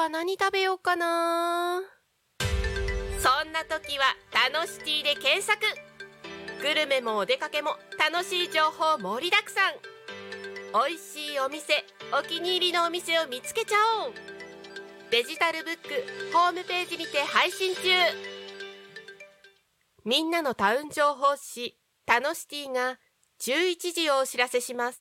何食べようかな。そんな時はタノシティで検索。グルメもお出かけも楽しい情報盛りだくさん。美味しいお店、お気に入りのお店を見つけちゃおう。デジタルブックホームページにて配信中。みんなのタウン情報誌タノシティが11時をお知らせします。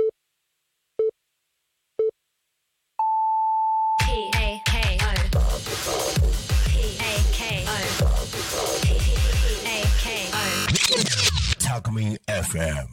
タコミン FM。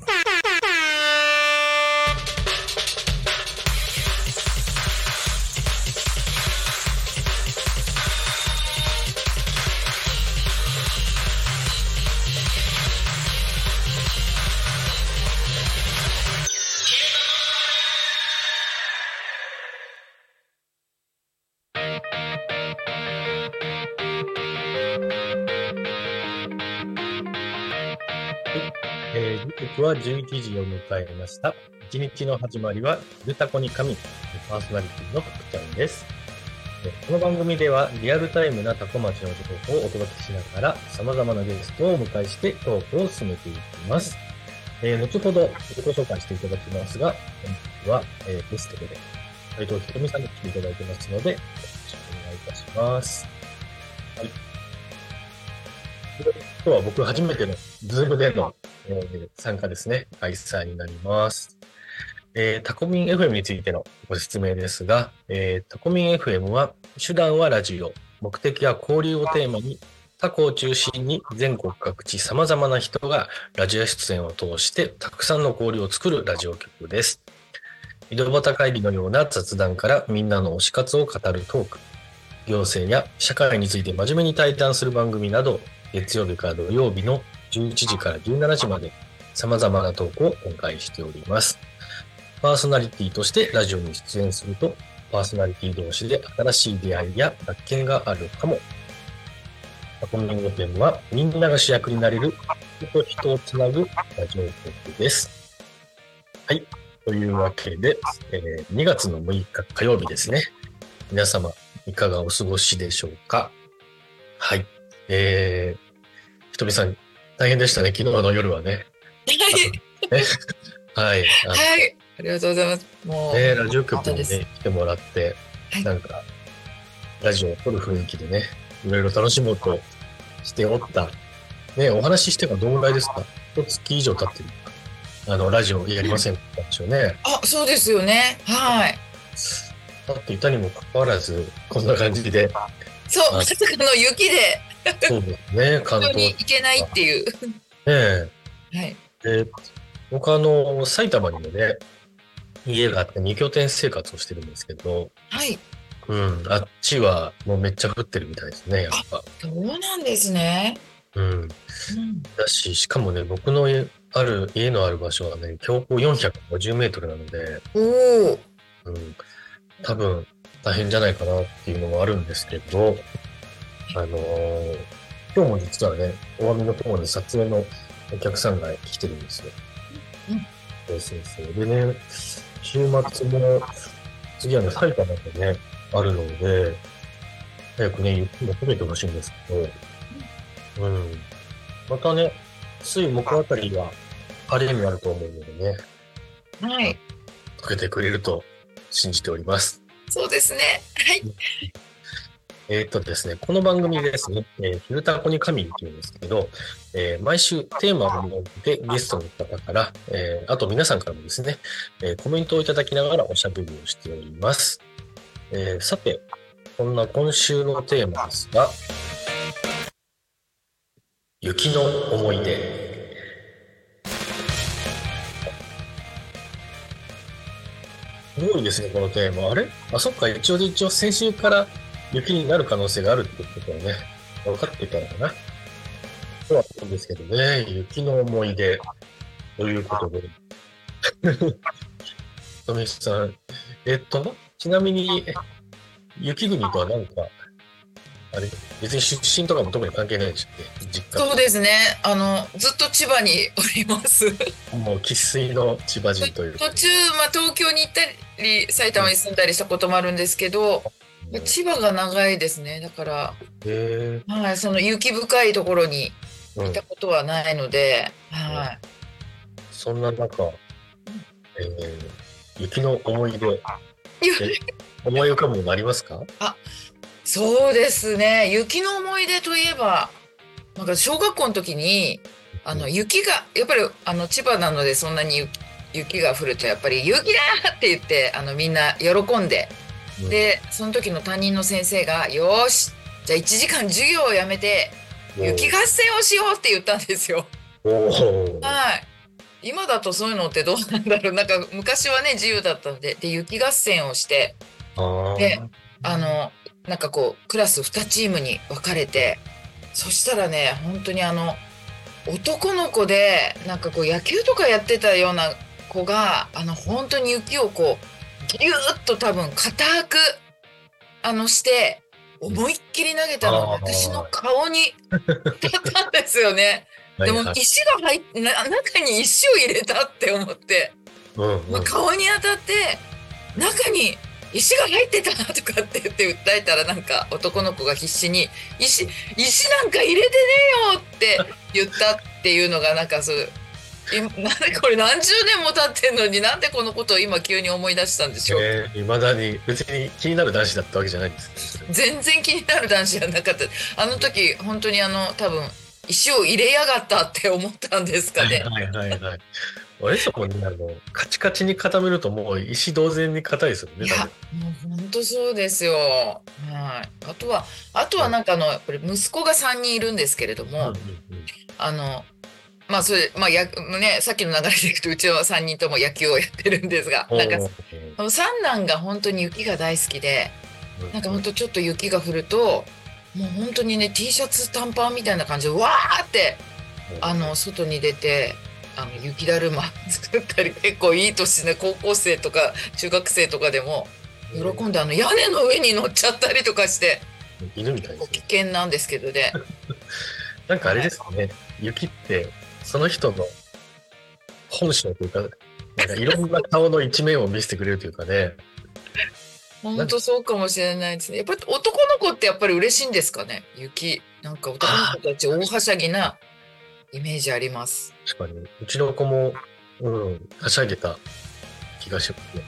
時刻は11時を迎えました。一日の始まりは、ゆるたこに神、パーソナリティのたくちゃんです。この番組では、リアルタイムなタコ町の情報をお届けしながら、様々なゲストをお迎えしてトークを進めていきます。後ほど自己紹介していただきますが、本日は、ゲストで、斉藤ひとみさんに来ていただいてますので、よろしくお願いいたします。はい。今日は僕初めてのズームでの参加ですね。開催になります。タコミン FM についてのご説明ですが、タコミン FM は手段はラジオ、目的は交流をテーマに、タコを中心に全国各地様々な人がラジオ出演を通してたくさんの交流を作るラジオ局です。井戸端会議のような雑談からみんなの推し活を語るトーク、行政や社会について真面目に対談する番組など、月曜日から土曜日の11時から17時まで様々なトークを展開しております。パーソナリティとしてラジオに出演すると、パーソナリティ同士で新しい出会いや発見があるかも。タコミン FM はみんなが主役になれる人と人をつなぐラジオ局です。はい。というわけで、2月の6日火曜日ですね。皆様、いかがお過ごしでしょうか。はい。ひとみさん、大変でしたね、昨日の夜はね。はい。 はい。ありがとうございます。もう、 ラジオ局にね、来てもらって、 はい、 なんか、ラジオを撮る雰囲気でね、いろいろ楽しもうとしておった。ね、お話ししてからどのぐらいですか？1月以上経ってる。ラジオやりませんかでしょうね。 あ、そうですよね。はい。 だっていたにもかかわらず、こんな感じで。 そう、まさかの雪で。 そうですね、関東に行けないっていう。 ねはい。 僕埼玉にもね、家があって2拠点生活をしてるんですけど、 はい。 あっちはもうめっちゃ降ってるみたいですね、やっぱ。 そうなんですね。 だし、しかもね、僕の家のある場所はね、標高450メートルなので、 おお。 多分大変じゃないかなっていうのもあるんですけど、今日も実はね、大網の方に撮影のお客さんが来てるんですよ。そう。でね、週末も次はね、埼玉でね、あるので、早くね、雪も溶けてほしいんですけど、またね、水木あたりは晴れになると思うのでね、 はい。 溶けてくれると信じております。 そうですね。はい。 ですね、この番組ですね、ゆるたこに神っていうんですけど、毎週テーマを設けてゲストの方から、あと皆さんからもですね、コメントをいただきながらおしゃべりをしております。さて、こんな今週のテーマですが、雪の思い出。すごいですね、このテーマ。あれ？そっか、一応先週から雪になる可能性があるってことはね、分かっていたのかな。そうは思うんですけどね、雪の思い出ということで。とめさん、ちなみに、雪国とは何かあれ、別に出身とかも特に関係ないでしょね、実家。 そうですね。ずっと千葉におります。 もう生粋の千葉人というか。 途中、東京に行ったり、埼玉に住んだりしたこともあるんですけど、千葉が長いですね。だから、 へえ。 はい、その雪深いところにうん。 いたことはないので、はそんな中、雪の思い出、 い。 思い浮かぶものありますか？ そうですね。雪の思い出といえば、なんか小学校の時に、雪が、やっぱり、千葉なのでそんなに雪が降ると、やっぱり雪だーって言って、みんな喜んで、 うん。 で、その時の担任の先生が、よーし、じゃあ1時間授業をやめて、雪合戦をしようって言ったんですよ。 おお。 はい。今だとそういうのってどうなんだろう。なんか昔はね、自由だったんで、で、雪合戦をして、 あで、 あ。 あの、なんかこう、クラス2チームに分かれて、そしたらね、本当に男の子で、なんかこう、野球とかやってたような子が、本当に雪をこう、ぎゅーっと多分、固く、して、思いっきり投げたのがあ私のあ。 顔に当たったんですよね。でも、 はいはい。 石が中に石を入れたって思って、 うんうん。 顔に当たって、中に石が入ってたとかって言って訴えたらなんか男の子が必死に石なんか入れてねえよって言ったっていうのがなんかなんでこれ何十年も経ってんのになんでこのことを今急に思い出したんでしょう。 未だに別に気になる男子だったわけじゃないんですね。 全然気になる男子じゃなかった。あの時本当に多分石を入れやがったって思ったんですかね。 はいはいはいはい。あれですもんね、カチカチに固めるともう石同然に硬いですよね、 いや、 多分。 もう本当そうですよ。はい。あとはなんかこれ息子が3人いるんですけれども、 うんうんうん。 あの、それ、ね、さっきの流れでいくと、うちは3人とも野球をやってるんですが、なんか、 おーその三男が本当に雪が大好きで、なんかうんうん。 本当ちょっと雪が降ると、もう本当にね、T シャツ短パンみたいな感じで、わーって、外に出て、雪だるま作ったり、結構いい年ね、高校生とか中学生とかでも、喜んで屋根の上に乗っちゃったりとかして、 犬みたい結構危ですね。 険なんですけどね。 なんかあれはい。 ですかね、雪ってその人の本性というか、なんかいろんな顔の一面を見せてくれるというかね、なんか、 本当そうかもしれないですね。やっぱり男の子ってやっぱり嬉しいんですかね。雪。なんか男のああ、 子たち大はしゃぎなイメージあります。 確かに、うちの子も、はしゃいでた気がしますね。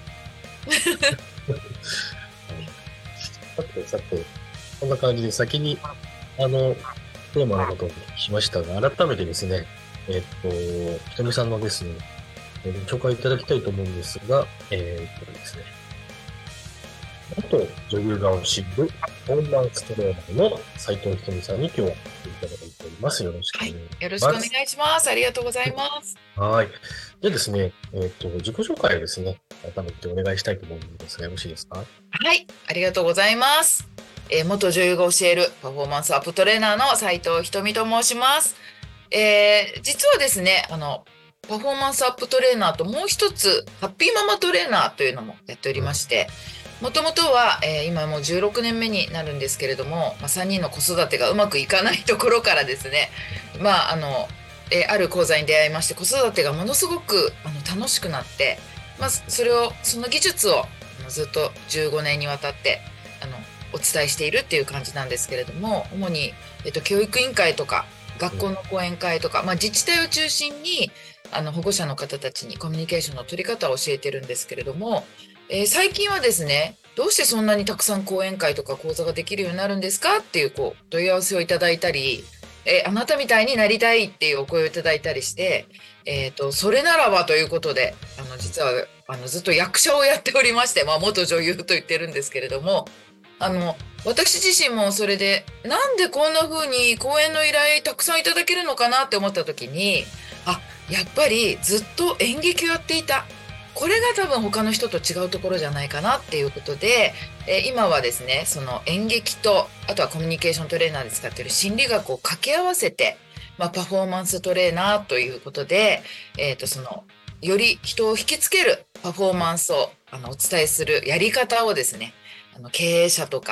さて、こんな感じで先に、あの、テーマのことをお聞きしましたが、改めてですね、ひとみさんのですね、ご紹介いただきたいと思うんですが、ですね、元女優が教えるオンランストレーナーの斉藤ひとみさんに今日は来ていただいております。よろしくはい。 お願いよろしくお願します。 いします。ありがとうございます。 はい。でですね、自己紹介をですね、改めてお願いしたいと思うんですが、よろしいですか？ はい。ありがとうございます。元女優が教えるパフォーマンスアップトレーナーの斉藤ひとみと申します。実はですね、パフォーマンスアップトレーナーともう一つ、ハッピーママトレーナーというのもやっておりうん。 まして、もともとは、今もう16年目になるんですけれども、3人の子育てがうまくいかないところからですね、ある講座に出会いまして、子育てがものすごく楽しくなって、その技術をずっと15年にわたってあのお伝えしているっていう感じなんですけれども、主に、教育委員会とか学校の講演会とか、自治体を中心に保護者の方たちにコミュニケーションの取り方を教えてるんですけれども、最近はですね、どうしてそんなにたくさん講演会とか講座ができるようになるんですかっていう問い合わせをいただいたり、あなたみたいになりたいっていうお声をいただいたりして、それならばということで、実はずっと役者をやっておりまして、元女優と言ってるんですけれども、私自身もそれで、なんでこんな風に講演の依頼たくさんいただけるのかなって思った時に、やっぱりずっと演劇をやっていた。これが多分他の人と違うところじゃないかなっていうことで、今はですね、その演劇と、あとはコミュニケーショントレーナーで使っている心理学を掛け合わせて、パフォーマンストレーナーということで、より人を引きつけるパフォーマンスをお伝えするやり方をですね、経営者とか、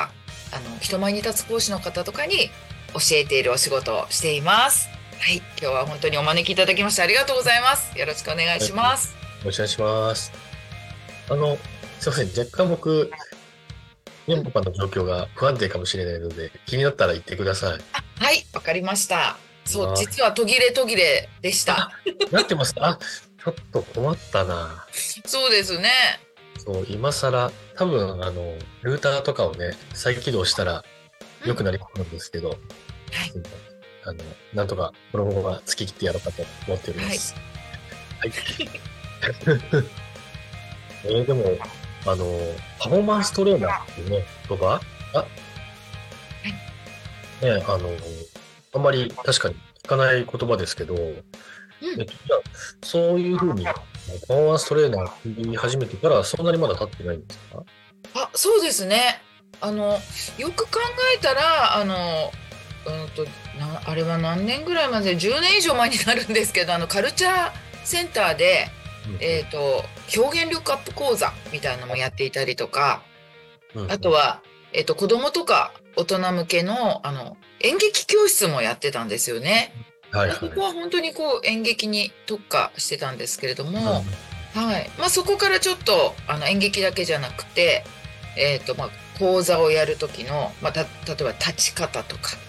人前に立つ講師の方とかに教えているお仕事をしています。はい、今日は本当にお招きいただきましてありがとうございます。よろしくお願いします。 よろしくお願いします。すいません。若干僕、電波の状況が不安定かもしれないので、気になったら言ってください。 はい、わかりました。そう、実は途切れ途切れでした。 なってます。ちょっと困ったな。 そうですね。 そう、今更、多分、ルーターとかをね、再起動したら良くなりそうなんですけど、なんとか、このまま突き切ってやろうかと思っております。はい。でも、パフォーマンストレーナーっていうね、言葉ね、あんまり確かに聞かない言葉ですけど、じゃあそういうふうに、パフォーマンストレーナーって言い始めてからそんなにまだ経ってないんですか？ そうですね。よく考えたら、あれは何年ぐらいまで、10年以上前になるんですけど、カルチャーセンターで、表現力アップ講座みたいなのもやっていたりとか、あとは、子供とか大人向けの、演劇教室もやってたんですよね。そこは本当に演劇に特化してたんですけれども、そこからちょっと演劇だけじゃなくて、講座をやる時の、例えば立ち方とか、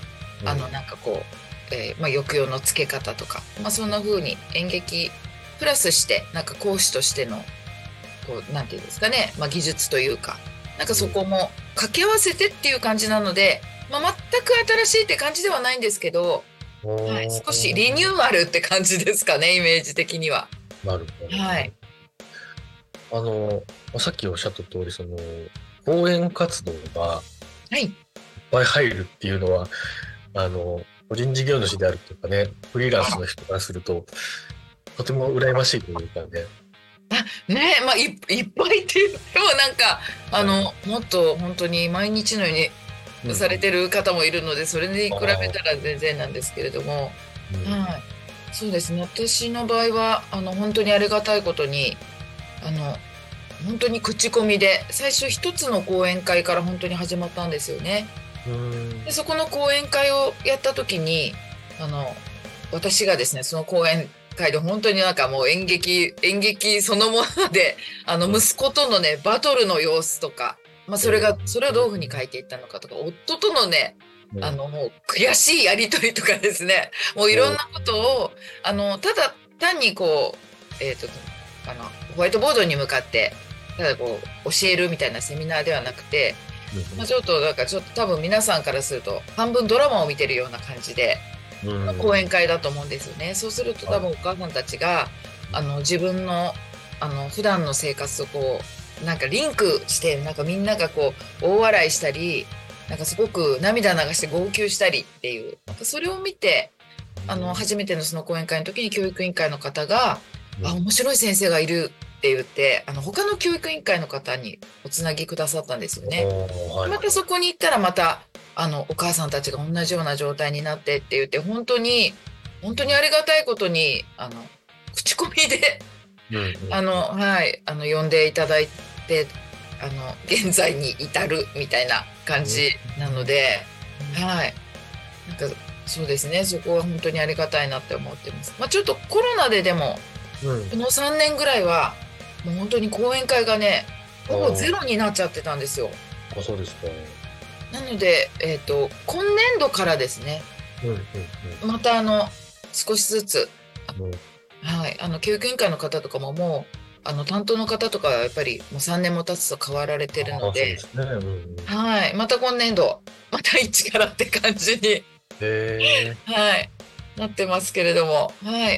抑揚のつけ方とか、そんな風に演劇プラスして講師としてのなんていうんですかね、技術というかそこも掛け合わせてっていう感じなので、全く新しいって感じではないんですけど、少しリニューアルって感じですかね、イメージ的には。 なるほど。さっきおっしゃった通り、講演活動がいっぱい入るっていうのは、個人事業主であるとかね、フリーランスの人からすると、とても羨ましいというかね。 いっぱいって言ってももっと本当に毎日のようにされてる方もいるので、それに比べたら全然なんですけれども、そうですね。私の場合は本当にありがたいことに本当に口コミで最初一つの講演会から本当に始まったんですよね。でそこの講演会をやった時に私がですね、その講演会で本当にもう演劇そのもので息子とのねバトルの様子とか、それをどういうふうに書いていったのかとか、夫とのねもう悔しいやり取りとかですね、もういろんなことをただ単にホワイトボードに向かってただ教えるみたいなセミナーではなくて、ちょっと多分皆さんからすると半分ドラマを見てるような感じで講演会だと思うんですよね。そうすると多分お母さんたちが自分の普段の生活とリンクしてみんなが大笑いしたりすごく涙流して号泣したりっていうそれを見て初めてのその講演会の時に教育委員会の方が面白い先生がいるって言って他の教育委員会の方におつなぎくださったんですよね。またそこに行ったらまたお母さんたちが同じような状態になってって言って本当にありがたいことに口コミで呼んでいただいて現在に至るみたいな感じなので、そうですね、そこは本当にありがたいなって思ってます。ちょっとコロナででも、この3年ぐらいはもう本当に講演会がねほぼゼロになっちゃってたんですよ。 そうですか。 なので、今年度からですね、また少しずつ、教育委員会の方とかももう担当の方とかはやっぱりもう3年も経つと変わられてるので、また今年度また一からって感じになってますけれども、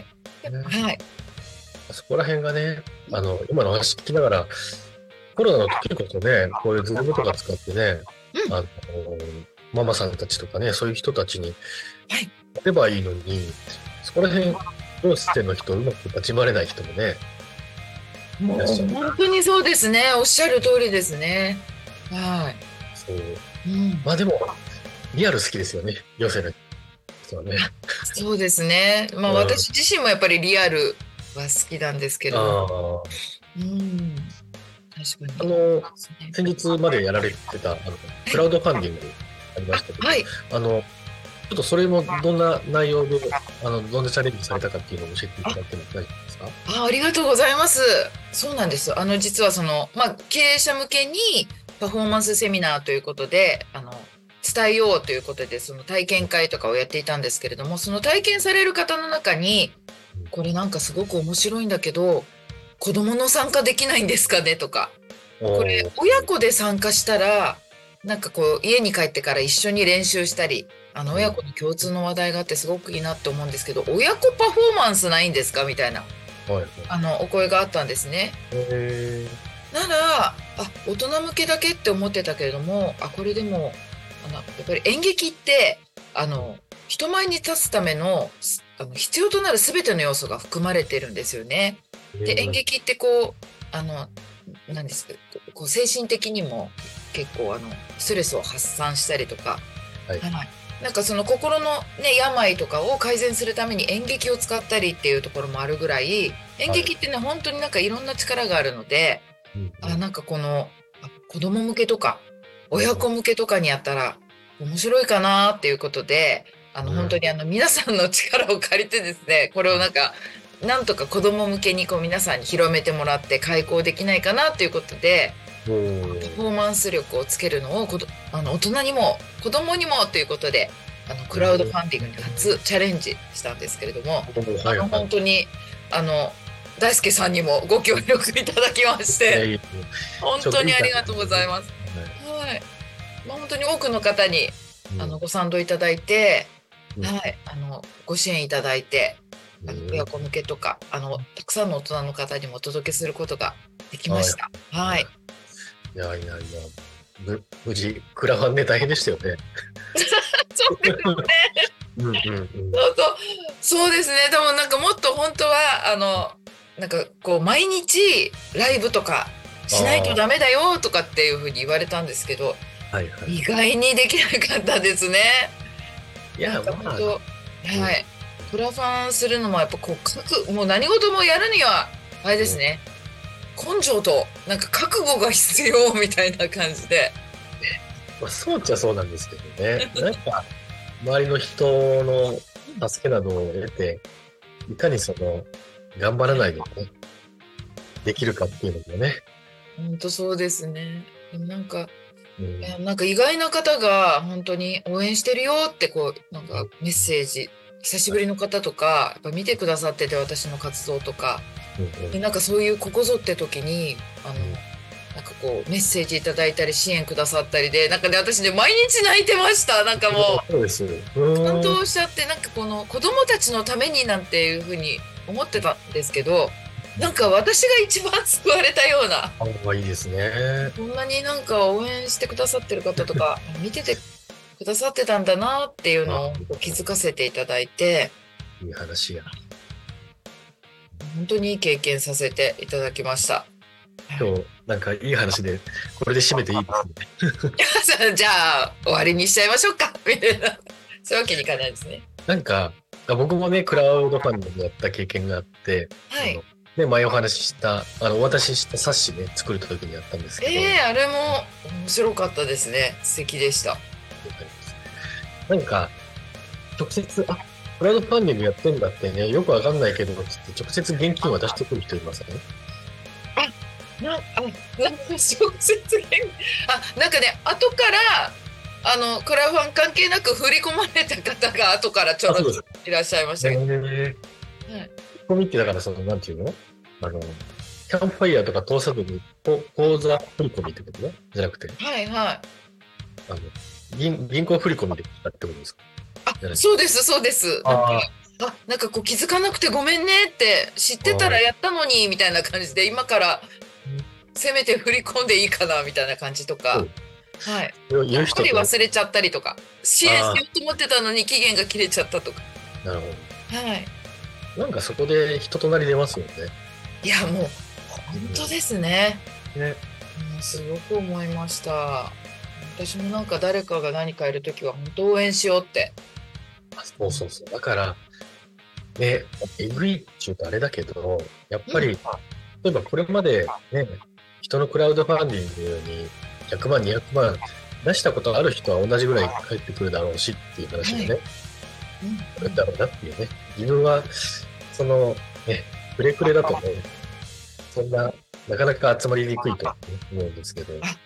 そこら辺がね、今の話聞きながら、コロナの時こそね、こういうズームとか使ってね、ママさんたちとかね、そういう人たちにやればいいのに、そこら辺、どうしての人、うまく立ち回れない人もね、 もう本当にそうですね、おっしゃる通りですね。 そう。でも、リアル好きですよね、行政の人はね。 そうですね。私自身もやっぱりリアルは好きなんですけど。 確かに。 先日までやられてた、クラウドファンディングありましたけど、 はい。 ちょっとそれもどんな内容で、どんなチャレンジされたかっていうのを教えていただいても大丈夫ですか？ ありがとうございます。そうなんです。実は経営者向けにパフォーマンスセミナーということで、伝えようということで、その体験会とかをやっていたんですけれども、その体験される方の中に、これなんかすごく面白いんだけど、子供の参加できないんですかねとか、これ親子で参加したら、なんかこう家に帰ってから一緒に練習したり、親子の共通の話題があってすごくいいなって思うんですけど、親子パフォーマンスないんですかみたいな、 はい。 お声があったんですね。なら、大人向けだけって思ってたけれども、これでも、やっぱり演劇って、人前に立つための、必要となる全ての要素が含まれてるんですよね。で、演劇ってこう、何ですか、こう精神的にも結構ストレスを発散したりとか、 はい。 なんかその心のね、病とかを改善するために演劇を使ったりっていうところもあるぐらい、演劇ってね、本当になんかいろんな力があるので、なんか子供向けとか、親子向けとかにやったら面白いかなっていうことで、本当に皆さんの力を借りてですね、これをなんとか子供向けにこう皆さんに広めてもらって開講できないかなということで、パフォーマンス力をつけるのを大人にも子供にもということで、クラウドファンディングに初チャレンジしたんですけれども、本当に、大輔さんにもご協力いただきまして、本当にありがとうございます。はい。本当に多くの方に、ご賛同いただいて、はい、ご支援いただいて、親子向けとか、たくさんの大人の方にもお届けすることができました。はい。 いや、無事、クラファンで大変でしたよね。 そうですね。そうですね。でもなんかもっと本当は、なんかこう毎日ライブとかしないとダメだよとかっていうふうに言われたんですけど、意外にできなかったですね。いや、本当、はい。クラファンするのもやっぱもう何事もやるには、あれですね。根性となんか覚悟が必要みたいな感じで。 そうっちゃそうなんですけどね。なんか、周りの人の助けなどを得て、いかに頑張らないでね、できるかっていうのもね。 本当そうですね。でもなんか意外な方が本当に応援してるよってなんかメッセージ、久しぶりの方とか、やっぱ見てくださってて、私の活動とか、でなんかそういうここぞって時に、なんかメッセージいただいたり支援くださったりで、なんかね、私ね、毎日泣いてました。なんかもう、 そうです。 感動しちゃって、なんか子供たちのためになんていうふうに思ってたんですけど、なんか私が一番救われたような。 いいですね。 こんなになんか応援してくださってる方とか、見ててくださってたんだなっていうのを気づかせていただいて、 いい話や。 本当にいい経験させていただきました。 今日、なんかいい話で、これで締めていいですね。じゃあ、終わりにしちゃいましょうか。みたいな。そういうわけにいかないですね。 なんか、僕もね、クラウドファンディングやった経験があって、 はい。 で、前お話しした、お渡しした冊子ね、作るときにやったんですけど。 あれも面白かったですね。素敵でした。 なんか、直接、クラウドファンディングやってんだってね、よくわかんないけど、つって直接現金渡してくる人いますよね。 なんか直接なんかね、後から、クラファン関係なく振り込まれた方が後からちょろっといらっしゃいましたけど。 振り込みってだからなんていうのキャンプファイヤーとか通さずに、口座振り込みってことねじゃなくて。 はいはい。 銀行振り込みでやってことですか？ そうです、そうです。なんか気づかなくてごめんねって知ってたらやったのにみたいな感じで、今からせめて振り込んでいいかなみたいな感じとか、はい。やっぱり忘れちゃったりとか、支援しようと思ってたのに期限が切れちゃったとか。 なるほど。 はい。 なんかそこで人となり出ますよね。 いや、もう本当ですね。すごく思いました。私もなんか誰かが何かやるときは本当応援しようって。 そう。だから、ね、えぐいって言うとあれだけど、やっぱり、例えばこれまでね、 人のクラウドファンディングに100万、200万出したことある人は同じぐらい返ってくるだろうしっていう話がね、あるんだろうなっていうね。自分は、その、ね、くれくれだとね、そんな、なかなか集まりにくいと思うんですけど、ね、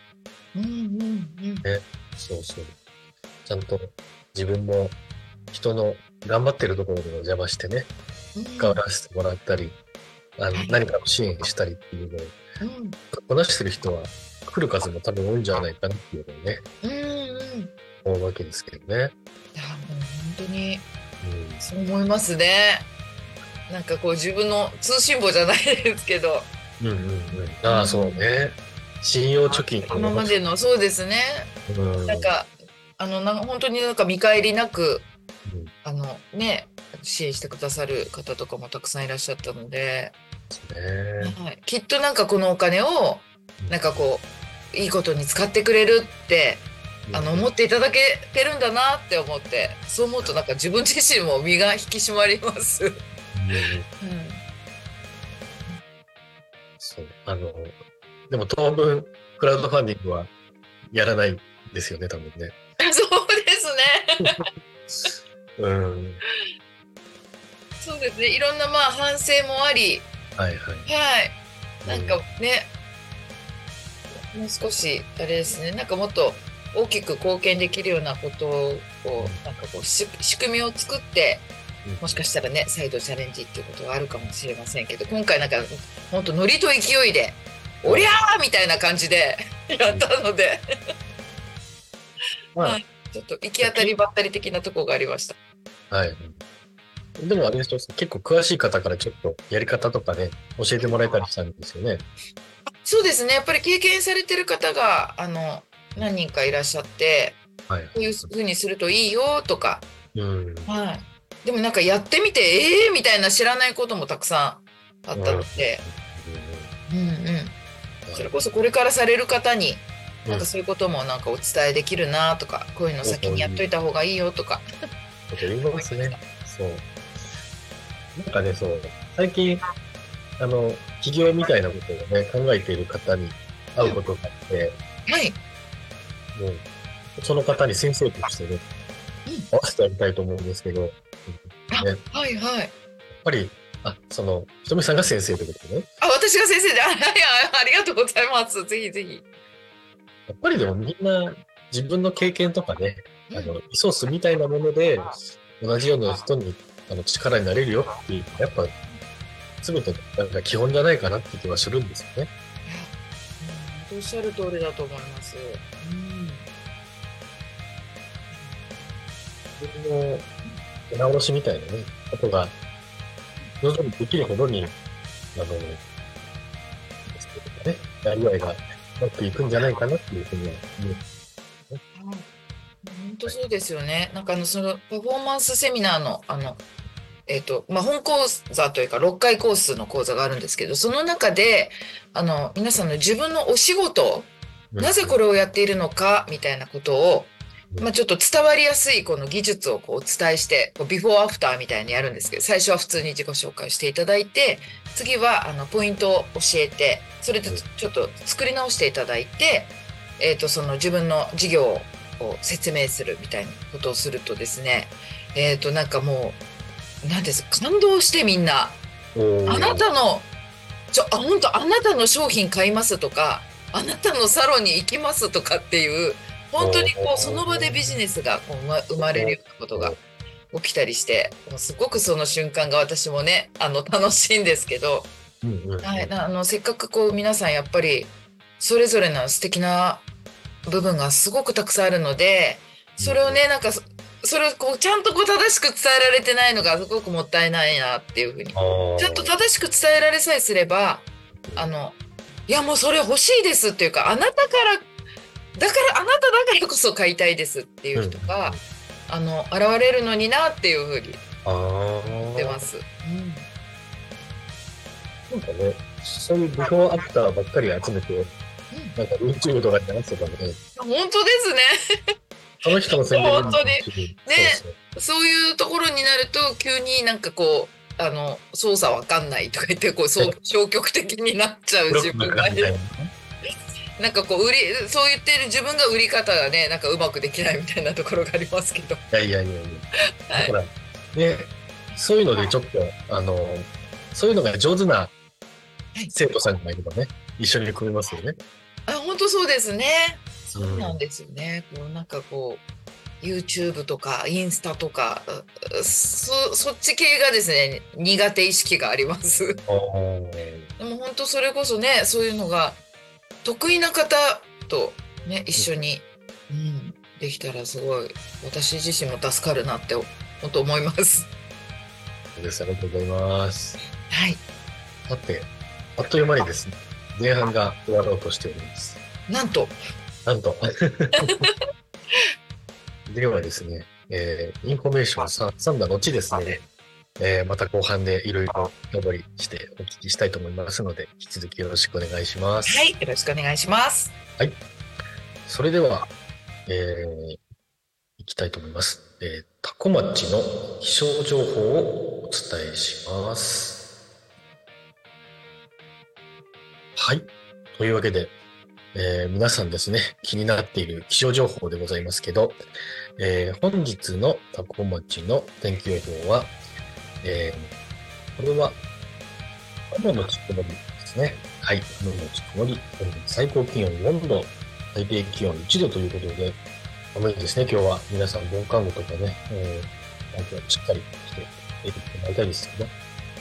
そうそう。ちゃんと自分も人の頑張ってるところでお邪魔してね、関わらせてもらったり、何かの支援したりっていうのを、こなしてる人は来る数も多分多いんじゃないかなっていうのをね、思うわけですけどね。 いや、もう本当に、そう思いますね。なんかこう自分の通信簿じゃないですけど。 ああ、そうね。信用貯金。 今までの、そうですね。なんか、本当になんか見返りなく、ね、支援してくださる方とかもたくさんいらっしゃったので、はい、きっとなんかこのお金を、なんかこう、いいことに使ってくれるって、思っていただけてるんだなって思って、そう思うとなんか自分自身も身が引き締まります。 そう。でも当分、クラウドファンディングはやらないですよね、多分ね。 そうですね。そうですね。いろんな反省もあり、はい。なんかね、もう少しあれですね。なんかもっと大きく貢献できるようなことをなんかこう仕組みを作って、もしかしたらね、再度チャレンジっていうことはあるかもしれませんけど、今回なんか本当ノリと勢いで、おりゃーみたいな感じでやったので、ちょっと行き当たりばったり的なところがありました。はい。 でもあれですよ、結構詳しい方からちょっとやり方とかね、教えてもらえたりしたんですよね。 そうですね。やっぱり経験されてる方が何人かいらっしゃって、こういうふうにするといいよとか、でもなんかやってみてみたいな知らないこともたくさんあったので、それこそこれからされる方になんかそういうこともなんかお伝えできるなとか、こういうの先にやっといた方がいいよとか。 言いますね。そう。なんかね、そう、最近、起業みたいなことをね、考えている方に会うことがあって、もう、その方に先生としてね、合わせてやりたいと思うんですけど、やっぱり、ひとみさんが先生ってことね。 私が先生で、ありがとうございます。ぜひぜひ。 やっぱりでもみんな自分の経験とかね、リソースみたいなもので、同じような人に力になれるよっていう、やっぱ、全てなんか基本じゃないかなって気はするんですよね。 おっしゃる通りだと思います。 自分の出直しみたいなね、ことが、徐々にできるほどに、やりがいがなっていくんじゃないかなっていうふうには思います。 本当そうですよね。なんかそのパフォーマンスセミナーの本講座というか6回コースの講座があるんですけど、その中で皆さんの自分のお仕事、なぜこれをやっているのかみたいなことを、ちょっと伝わりやすいこの技術をこうお伝えして、ビフォーアフターみたいにやるんですけど、最初は普通に自己紹介していただいて、次はポイントを教えて、それでちょっと作り直していただいて、その自分の事業を説明するみたいなことをするとですね、なんかもう、なんですか、感動してみんな、あなたの、本当あなたの商品買いますとか、あなたのサロンに行きますとかっていう、本当にこうその場でビジネスがこう生まれるようなことが起きたりして、すごくその瞬間が私もね、楽しいんですけど、せっかくこう皆さんやっぱりそれぞれの素敵な部分がすごくたくさんあるので、それをね、なんかそれをこうちゃんとこう正しく伝えられてないのがすごくもったいないなっていうふうに、ちゃんと正しく伝えられさえすれば、いやもうそれ欲しいですっていうか、あなたからあなただからこそ買いたいですっていう人が、現れるのになっていうふうに思ってます。 なんかね、そういうビフォーアフターばっかり集めて、なんか YouTube とかに流すとかね。 本当ですね。 その人の宣伝本当にね、そういうところになると急になんかこう操作わかんないとか言ってこう消極的になっちゃう自分がね。 なんかこうそう言ってる自分が売り方がね、なんかうまくできないみたいなところがありますけど。 いやいやいやいや。 はい。 だから、ね、そういうのでちょっと、そういうのが上手なはい。 生徒さんがいればね、一緒に組めますよね。 あ、本当そうですね。 うん。 そうなんですよね。こうなんかこう YouTube とかインスタとか、そっち系がですね、苦手意識があります。 おー。 でも本当それこそね、そういうのが得意な方とね、一緒に、うん、できたらすごい私自身も助かるなって本当思います。 そうです。ありがとうございます。 はい。 さて、あっという間にですね、前半が終わろうとしております。 なんと、 なんと、ではですね、インフォメーションを挟んだ後ですね、また後半でいろいろ深掘りしてお聞きしたいと思いますので、引き続きよろしくお願いします。 はい、よろしくお願いします。 はい。それでは、いきたいと思います。多古町の気象情報をお伝えします。はい。というわけで、皆さんですね、気になっている気象情報でございますけど、本日の多古町の天気予報は、これは雲のち曇りですね。はい。雲のち曇り、最高気温4度、最低気温1度ということで、寒いですね、今日は。皆さん、防寒具とかね、なんかしっかりしていってもらいたいですけど、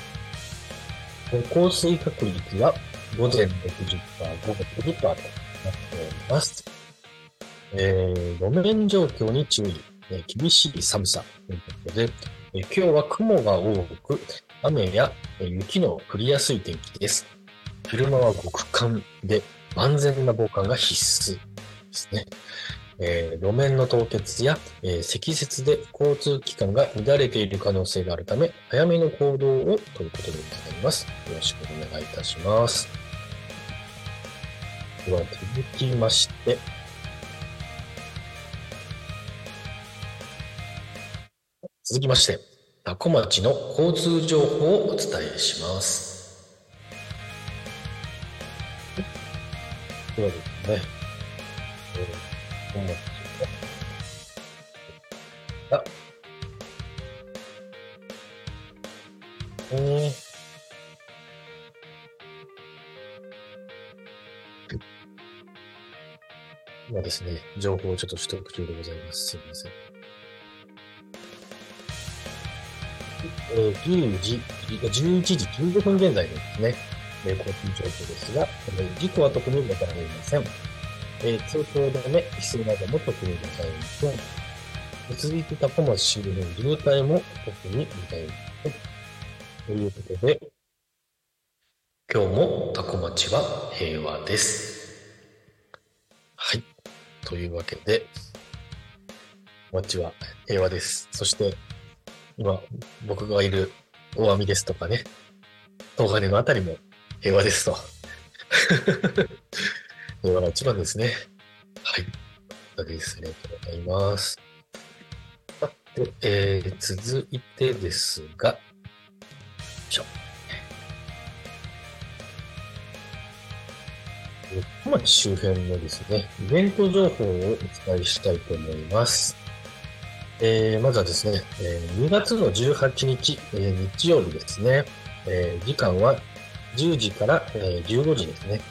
降水確率は午前60%、午後50%となっております。路面状況に注意、厳しい寒さということで、今日は雲が多く、雨や雪の降りやすい天気です。車は極寒で万全な防寒が必須ですね。路面の凍結や、積雪で交通機関が乱れている可能性があるため、早めの行動をということでございます。よろしくお願いいたします。では続きまして、多古町の交通情報をお伝えします。ではですね、多古町が、えー今ですね、情報をちょっと取得中でございます。すいません。10時、11時15分現在のですね、交通状況ですが、事故は特にございません。通行止め、規制なども特にございません。続いて多古町周辺渋滞も特にございません。ということで、今日も多古町は平和です。はい。というわけで、町は平和です。そして、今、僕がいる大網ですとかね、東金のあたりも平和ですと。平和が一番ですね。はい。です。ありがとうございます。さて、続いてですが、よいしょ。小町周辺のですね、イベント情報をお伝えしたいと思います。まずはですね、2月の18日、日曜日ですね、時間は10時から、15時ですね。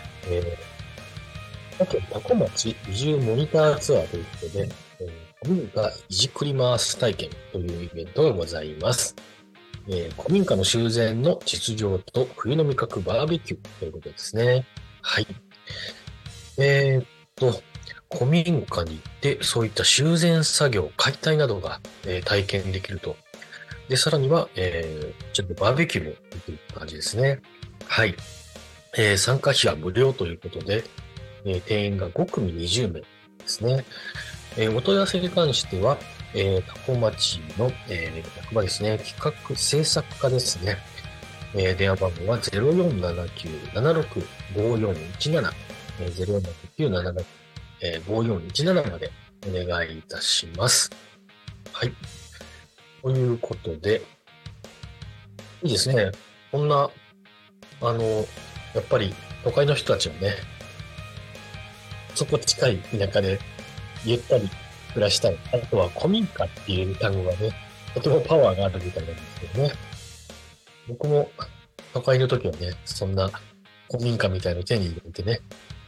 多古町移住モニターツアーということで、古民家いじくり回す体験というイベントがございます。古民家の修繕の実情と冬の味覚バーベキューということですね。はい。えーっと、古民家に行って、そういった修繕作業、解体などが、体験できると。で、さらには、ちょっとバーベキューもできる感じですね。はい。参加費は無料ということで、定員が5組20名ですね。お問い合わせに関しては、多古町の、役場ですね、企画制作課ですね。電話番号は0479-765417、0479-765417までお願いいたします。はい。ということで、いいですね。こんな、やっぱり都会の人たちはね、 そこ近い田舎でゆったり暮らしたい。あとは古民家っていう単語がね、とてもパワーがあるみたいなんですけどね。僕も都会の時はね、そんな古民家みたいの手に入れてね、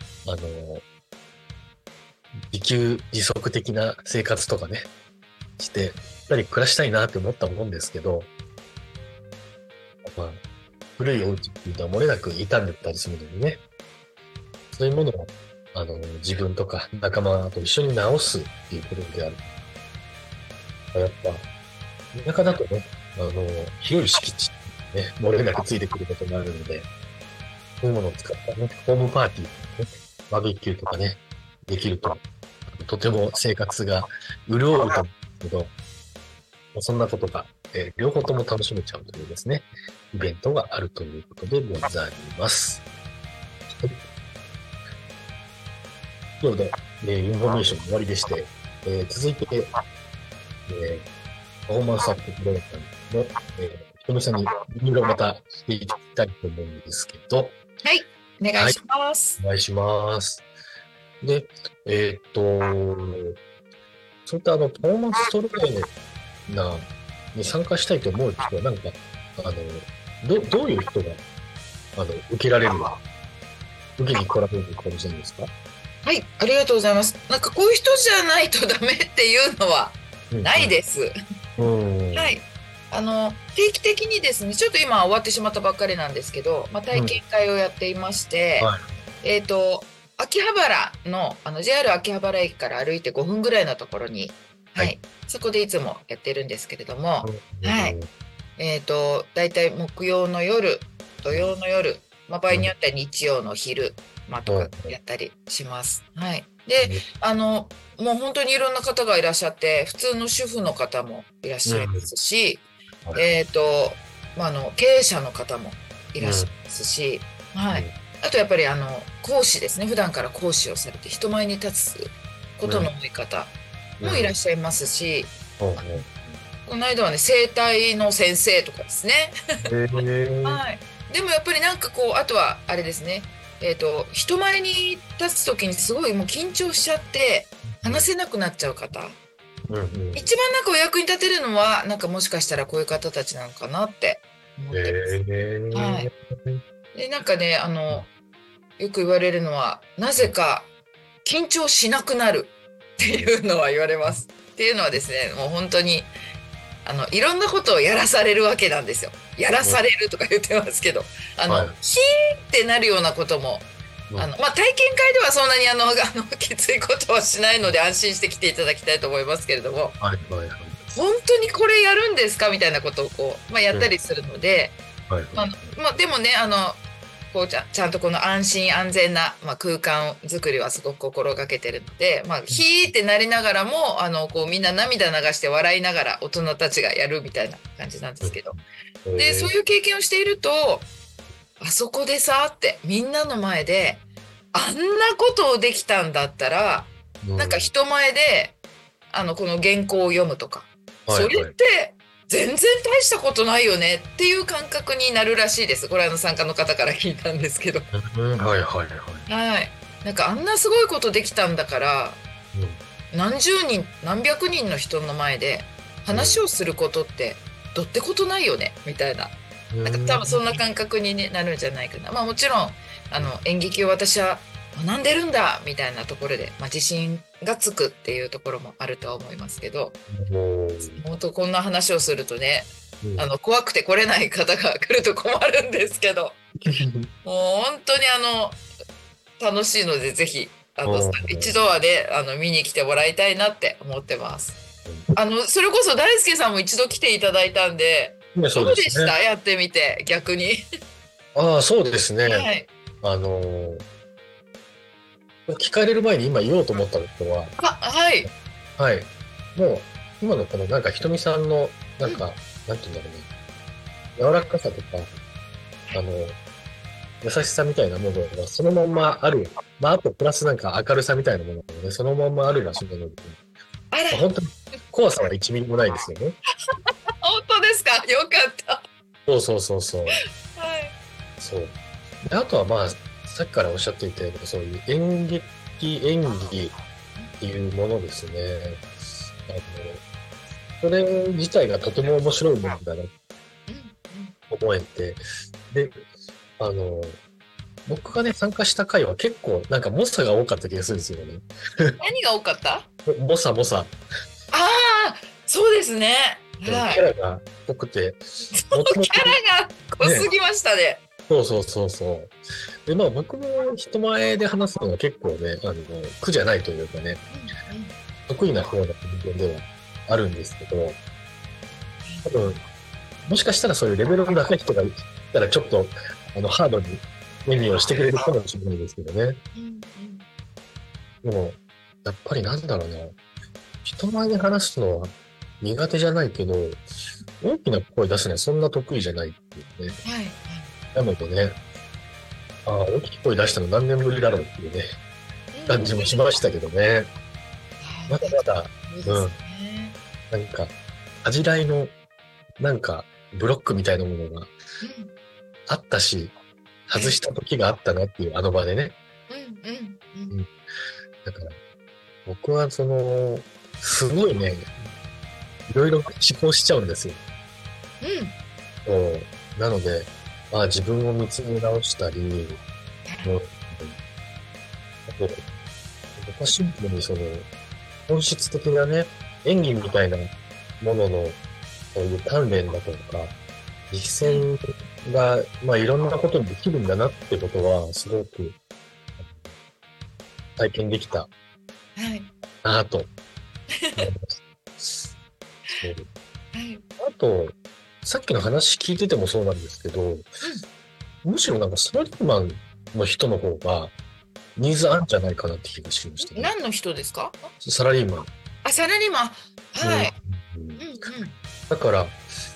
自給自足的な生活とかね、して、やっぱり暮らしたいなって思ったもんですけど、まあ、古いお家っていうのは漏れなく傷んでたりするのでね、そういうものを、自分とか仲間と一緒に直すっていうことである。やっぱ、田舎だとね、広い敷地、ね、漏れなくついてくることがあるので、そういうものを使ったね、ホームパーティーとかね、バーベキューとかね、できると、とても生活が潤うと思うんですけど、そんなことが、両方とも楽しめちゃうというですね、イベントがあるということでございます。以上で、インフォメーション終わりでして、続いて、パフォーマンスアッププログラムの、ひとみさんにいろいろまたしていきたいと思うんですけど、 はい、お願いします。 お願いします。で、そういったパフォーマンストレーナーに参加したいと思う人は、なんか、どういう人が、受けられる、受けに来られるかもしれないですか？ はい、ありがとうございます。なんかこういう人じゃないとダメっていうのはないです。はい。定期的にですね、ちょっと今終わってしまったばっかりなんですけど、体験会をやっていまして、 はい、 秋葉原の、JR 秋葉原駅から歩いて5分ぐらいのところに、はい、そこでいつもやってるんですけれども、はい。だいたい木曜の夜、土曜の夜、場合によっては日曜の昼、とかやったりします。はい。で、もう本当にいろんな方がいらっしゃって、普通の主婦の方もいらっしゃいますし、経営者の方もいらっしゃいますし、はい。あとやっぱり講師ですね。普段から講師をされて人前に立つことの多い方もいらっしゃいますし、この間はね、整体の先生とかですね。はい。でもやっぱりなんかこう、あとはあれですね。人前に立つ時にすごいもう緊張しちゃって話せなくなっちゃう方、一番なんかお役に立てるのはなんかもしかしたらこういう方たちなのかなって思ってます。はい。でなんかねよく言われるのはなぜか緊張しなくなるっていうのは言われます。っていうのはですね、もう本当にいろんなことをやらされるわけなんですよ。やらされるとか言ってますけど、ヒーってなるようなことも、体験会ではそんなにきついことはしないので安心して来ていただきたいと思いますけれども、本当にこれやるんですかみたいなことをこう、やったりするので、でもね、こうちゃんとこの安心安全な、空間作りはすごく心がけてるので、ヒーってなりながらもこうみんな涙流して笑いながら大人たちがやるみたいな感じなんですけど、でそういう経験をしていると、あそこでさってみんなの前であんなことをできたんだったら、なんか人前でこの原稿を読むとか、それって全然大したことないよねっていう感覚になるらしいです。これ参加の方から聞いたんですけど。はい。なんかあんなすごいことできたんだから、何十人何百人の人の前で話をすることってどってことないよねみたいな。なんか多分そんな感覚に、なるんじゃないかな。もちろん演劇を私は学んでるんだみたいなところで、自信がつくっていうところもあるとは思いますけど、本当こんな話をするとね、怖くて来れない方が来ると困るんですけど、もう本当に楽しいのでぜひ一度はね見に来てもらいたいなって思ってます。それこそ大輔さんも一度来ていただいたんで、どうでした？やってみて逆に。 そうですね。はい、聞かれる前に今言おうと思ったことは、 はい。 はい。もう、今のこのなんかひとみさんの、なんか、なんていうんだろうね。柔らかさとか、優しさみたいなものがそのまんまある。あとプラスなんか明るさみたいなものがね、そのまんまある場所なので、本当に怖さは1ミリもないですよね。 本当ですか？よかった。 そう。はい。そう。であとはさっきからおっしゃっていたように、そういう演劇的演技っていうものですね。それ自体がとても面白いものだなと思えて、で、僕がね、参加した回は結構なんか猛者が多かった気がするんですよね。 何が多かった？ 猛者。 ああ、そうですね。 キはい。 ャラが濃くて、 そのキャラが濃すぎましたね。 そう。で、まあ僕も人前で話すのが結構ね、苦じゃないというかね、得意な方な部分ではあるんですけど、多分、もしかしたらそういうレベルの高い人がいたらちょっと、ハードに演技をしてくれるかもしれないですけどね。でも、やっぱりなんだろうな、人前で話すのは苦手じゃないけど、大きな声出すのはそんな得意じゃないっていうね。 はい。 なのでね、大きい声出したの何年ぶりだろうっていうね、感じもしましたけどね。まだまだ、なんか、恥じらいの、なんか、ブロックみたいなものがあったし、外した時があったなっていう、あの場でね。だから、僕はすごいね、いろいろ思考しちゃうんですよ。なので、自分を見つめ直したり、あと、僕はシンプルに本質的なね、演技みたいなものの、そういう鍛錬だとか、実践が、いろんなことにできるんだなってことは、すごく体験できたなと思いました。あと、さっきの話聞いててもそうなんですけど、むしろなんかサラリーマンの人の方がニーズあるんじゃないかなって気がしましたね。 何の人ですか？ サラリーマン。 サラリーマン。はい。 だから、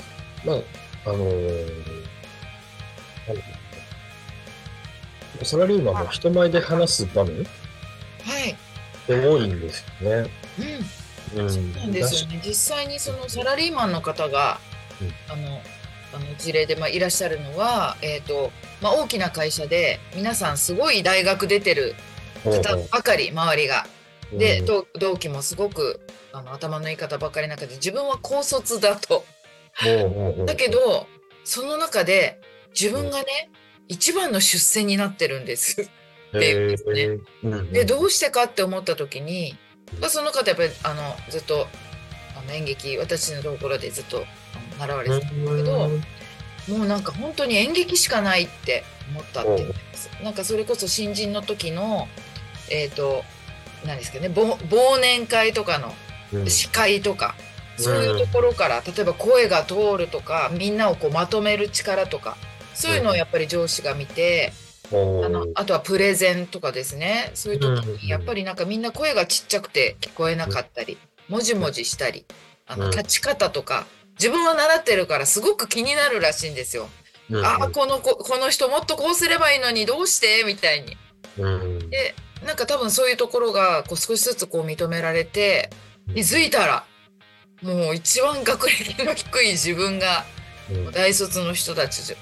サラリーマンも人前で話す場面って多いんですよね。 そうなんですよね。実際にそのサラリーマンの方が、事例でいらっしゃるのは、大きな会社で皆さんすごい大学出てる方ばかり、周りが。で、同期もすごく頭のいい方ばかりの中で、自分は高卒だと。だけど、その中で自分がね、一番の出世になってるんですっていうんですね。で、どうしてかって思った時に、その方やっぱりずっと演劇、私のところでずっと習われてたんだけど、もうなんか本当に演劇しかないって思ったって言ってます。なんかそれこそ新人の時の何ですかね、忘年会とかの司会とか、そういうところから、例えば声が通るとか、みんなをこうまとめる力とか、そういうのをやっぱり上司が見て、あとはプレゼンとかですね、そういう時にやっぱりなんかみんな声がちっちゃくて聞こえなかったり、もじもじしたり、立ち方とか、自分は習ってるからすごく気になるらしいんですよ。この人もっとこうすればいいのにどうしてみたいに。で、なんか多分そういうところがこう少しずつこう認められて、気づいたら、もう一番学歴の低い自分が大卒の人たちを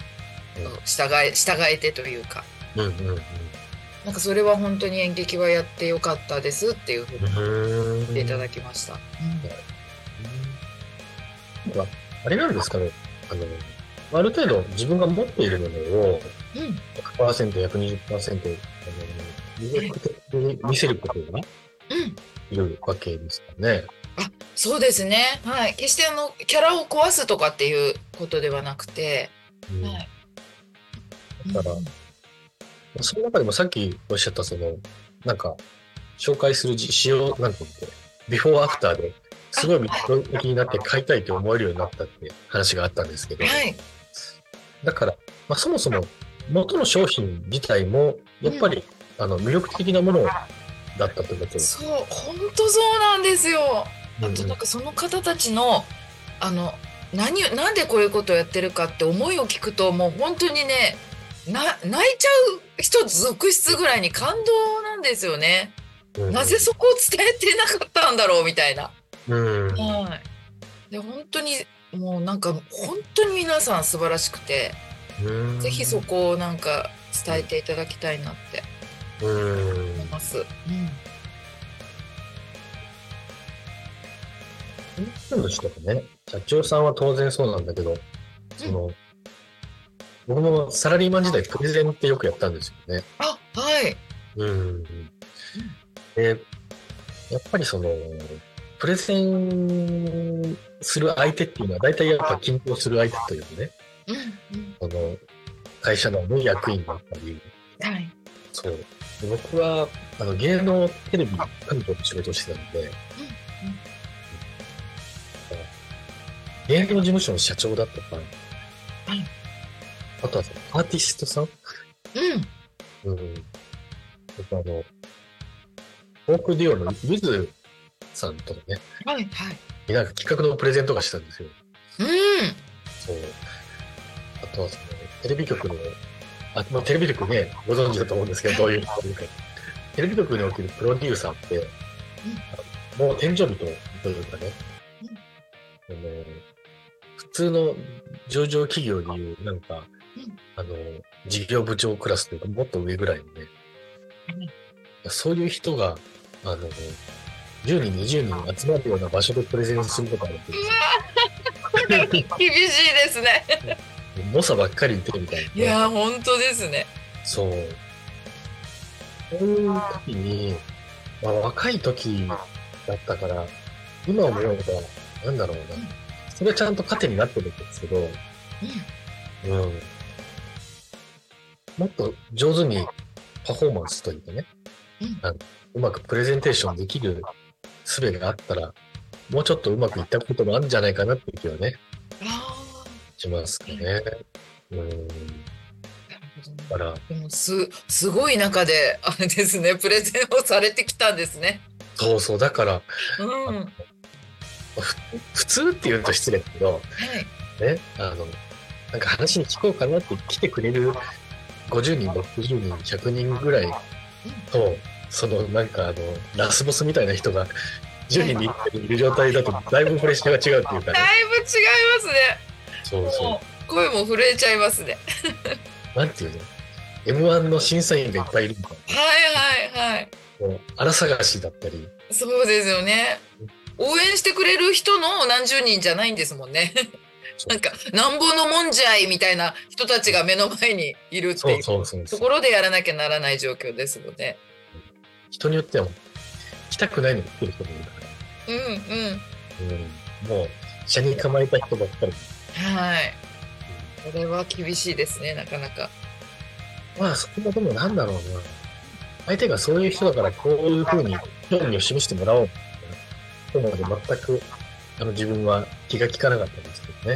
従えてというか、なんかそれは本当に演劇はやってよかったですっていうふうに言っていただきました。 あれなんですかね、ある程度自分が持っているものを 100%、120%、魅力的に見せることがいるわけですかね。 そうですね。はい。決してキャラを壊すとかっていうことではなくて、 だから、その中でもさっきおっしゃったなんか、紹介する仕様なんてビフォーアフターですごい魅力的になって買いたいと思えるようになったって話があったんですけど、だから、そもそも元の商品自体もやっぱり、魅力的なものだったってことですか？ そう、本当そうなんですよ。あとなんかその方たちのなんでこういうことをやってるかって思いを聞くと、もう本当にね、泣いちゃう人続出ぐらいに感動なんですよね。なぜそこを伝えてなかったんだろうみたいな。で本当にもうなんか本当に皆さん素晴らしくて、ぜひそこをなんか伝えていただきたいなってうんいます。 の人がね、社長さんは当然そうなんだけど、僕もサラリーマン時代プレゼンってよくやったんですよね。 あ、はい。 うん。で、やっぱりプレゼンする相手っていうのは大体やっぱ緊張する相手というね、会社内の役員だったり、 はい。 そう。で僕は、芸能テレビ関東で仕事をしてたので、芸能事務所の社長だとか、あとはアーティストさん、うん。僕フォークデュオのゆずさんとかね、 はい。 なんか企画のプレゼントがしたんですよ。そう。あとはテレビ局の、テレビ局ね、ご存知だと思うんですけど、どういう人か。テレビ局におけるプロデューサーって、もう天井人というかね、普通の上場企業でいう、なんか、事業部長クラスというか、もっと上ぐらいのね、そういう人が、10人、20人集まるような場所でプレゼンすることができるん厳しいですね。 猛者ばっかりいてるみたいな、ね。 いや、本当ですね。 そう。そういう時に、若い時だったから、今思えば、なんだろうな。それはちゃんと糧になってるんですけど、もっと上手にパフォーマンスというかね、うまくプレゼンテーションできる術があったら、もうちょっとうまくいったこともあるんじゃないかなっていう気はね、しますかね。だからでもすごい中で、あれですね、プレゼンをされてきたんですね。 そう、だから、普通って言うと失礼だけど、ね、なんか話に聞こうかなって来てくれる50人、60人、100人ぐらいと、なんかラスボスみたいな人が10人にいる状態だと、だいぶプレッシャーが違うっていうかね。 だいぶ違いますね。 そう。 声も震えちゃいますね。 なんていうの ?M1 の審査員がいっぱいいるみたいな。 はい。 荒探しだったり。 そうですよね。応援してくれる人の何十人じゃないんですもんね。なんか、なんぼのもんじゃいみたいな人たちが目の前にいるっていうところでやらなきゃならない状況ですので。 人によっては来たくないのに来てる人もいるから。もう、車に構えた人ばっかり。 はい。これは厳しいですね、なかなか。 そこもでもなんだろうな。相手がそういう人だからこういうふうに興味を示してもらおう。というので全く自分は気が利かなかったんですけどね。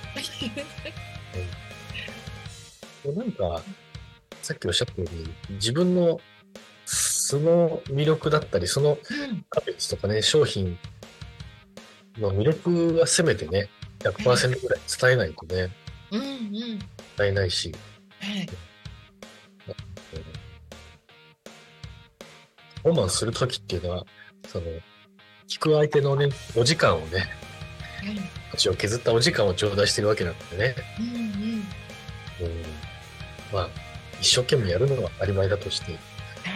なんか、さっきおっしゃったように、自分の素の魅力だったり、そのカーペットとかね、商品の魅力はせめてね、100% ぐらい伝えないとね、伝えないし、パフォーマンスするときっていうのは、聞く相手のね、お時間をね、命を削ったお時間を頂戴してるわけなんでね。一生懸命やるのが当たり前だとして、こ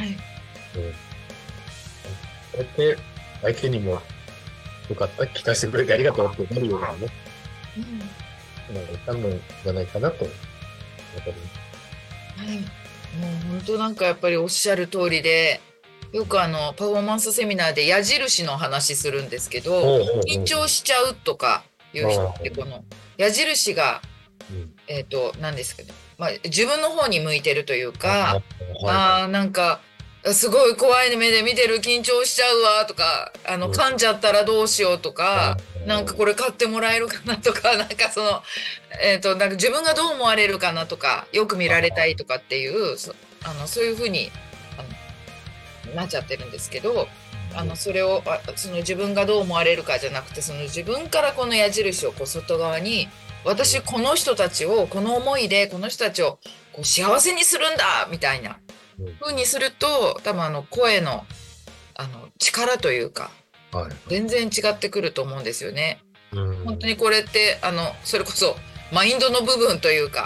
うやって相手にもよかった、聞かせてくれてありがとうってなるようなね、なるのじゃないかなと思ってます。 もう本当なんかやっぱりおっしゃる通りで、よくパフォーマンスセミナーで矢印の話するんですけど、緊張しちゃうとかいう人ってこの矢印が、何ですかね、自分の方に向いてるというか、なんかすごい怖い目で見てる、緊張しちゃうわとか、噛んじゃったらどうしようとか、なんかこれ買ってもらえるかなとか、なんかなんか自分がどう思われるかなとか、よく見られたいとかっていう、そういうふうになっちゃってるんですけど、それを自分がどう思われるかじゃなくて、自分からこの矢印を外側に、私この人たちを、この思いでこの人たちを幸せにするんだみたいな風にすると、多分声の力というか、全然違ってくると思うんですよね。本当にこれってそれこそマインドの部分というか、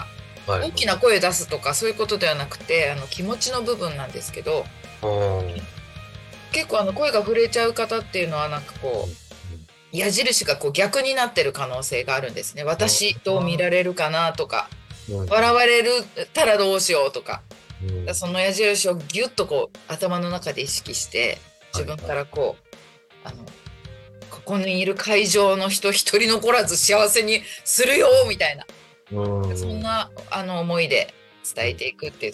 はい。 大きな声出すとかそういうことではなくて、気持ちの部分なんですけど、結構声が震えちゃう方っていうのはなんかこう、矢印がこう逆になってる可能性があるんですね。私どう見られるかなとか、笑われるたらどうしようとか、その矢印をギュッとこう頭の中で意識して自分からこう、ここにいる会場の人一人残らず幸せにするよみたいな、そんな思いで伝えていくっていう、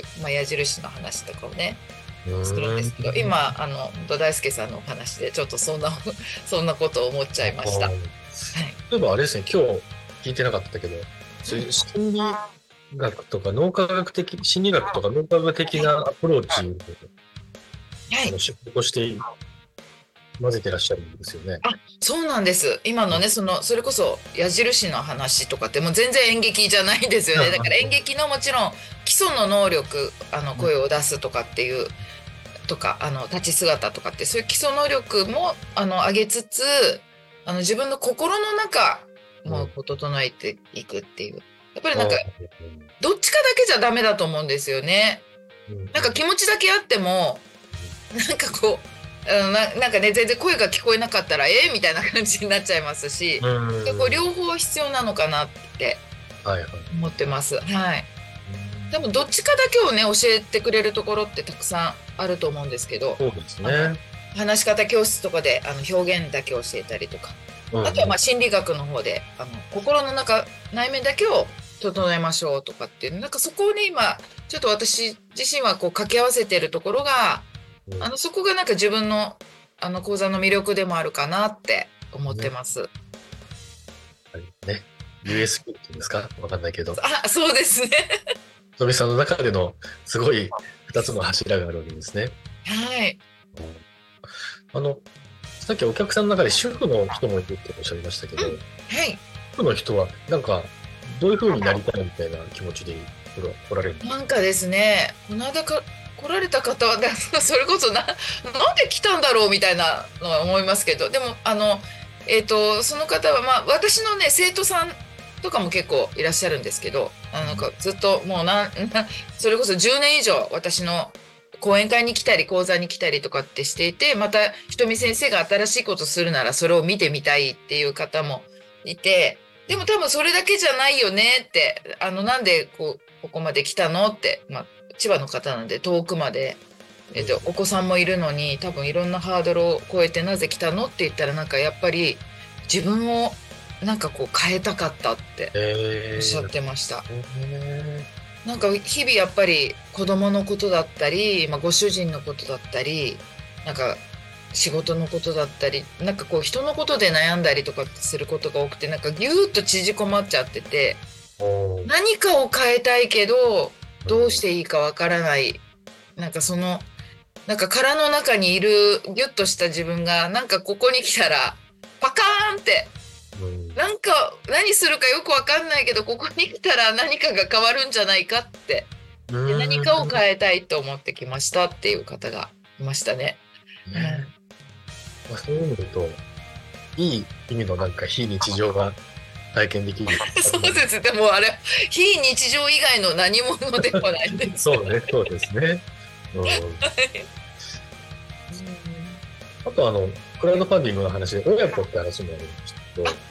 矢印の話とかをねするんですけど、今本当大輔さんのお話でちょっとそんなことを思っちゃいました。はい、 例えばあれですね、今日聞いてなかったけど、心理学とか脳科学的、心理学とか脳科学的なアプローチを仕事して混ぜてらっしゃるんですよね。 そうなんです。今のね、それこそ矢印の話とかってもう全然演劇じゃないんですよね。だから演劇のもちろん基礎の能力、声を出すとかっていう、とか、立ち姿とかって、そういう基礎能力も、上げつつ、自分の心の中も整えていくっていう。やっぱりなんか、どっちかだけじゃダメだと思うんですよね。なんか気持ちだけあっても、なんかこう、なんかね、全然声が聞こえなかったら、みたいな感じになっちゃいますし、こう両方必要なのかなって思ってます。はい。でもどっちかだけをね教えてくれるところってたくさんあると思うんですけど、 そうですね。 話し方教室とかで表現だけ教えたりとか、あとは心理学の方で心の中内面だけを整えましょうとかっていう、なんかそこをね今ちょっと私自身はこう掛け合わせてるところが、そこがなんか自分の講座の魅力でもあるかなって思ってます。 ね、USP っていうんですか、わかんないけど。 そうですね。 のびさんの中でのすごい2つの柱があるわけですね。 はい。 さっきお客さんの中で主婦の人もいるっておっしゃいましたけど、はい。主婦の人はなんかどういう風になりたいみたいな気持ちで来られるんですか？なんかですね、この間来られた方はそれこそなんで来たんだろうみたいなのは思いますけど、でもその方は私のね生徒さんとかも結構いらっしゃるんですけど、なんかずっともうそれこそ10年以上私の講演会に来たり講座に来たりとかってしていて、またひとみ先生が新しいことするならそれを見てみたいっていう方もいて、でも多分それだけじゃないよねって、なんでここまで来たのって、千葉の方なんで遠くまで、お子さんもいるのに多分いろんなハードルを超えてなぜ来たのって言ったら、なんかやっぱり自分をなんかこう変えたかったっておっしゃってました。なんか日々やっぱり子供のことだったり、ご主人のことだったり、なんか仕事のことだったり、なんかこう人のことで悩んだりとかすることが多くて、なんかギューッと縮こまっちゃってて、何かを変えたいけどどうしていいかわからない、なんかなんか殻の中にいるギュッとした自分がなんかここに来たらパカーンってなんか何するかよくわかんないけどここに来たら何かが変わるんじゃないかって、で何かを変えたいと思ってきましたっていう方がいましたね。 そういう意味で言うといい意味のなんか非日常が体験できる。 そうです。でもあれ非日常以外の何者でもないです。 そうね、そうですね。あとクラウドファンディングの話で親子って話もありましたけど、 はい。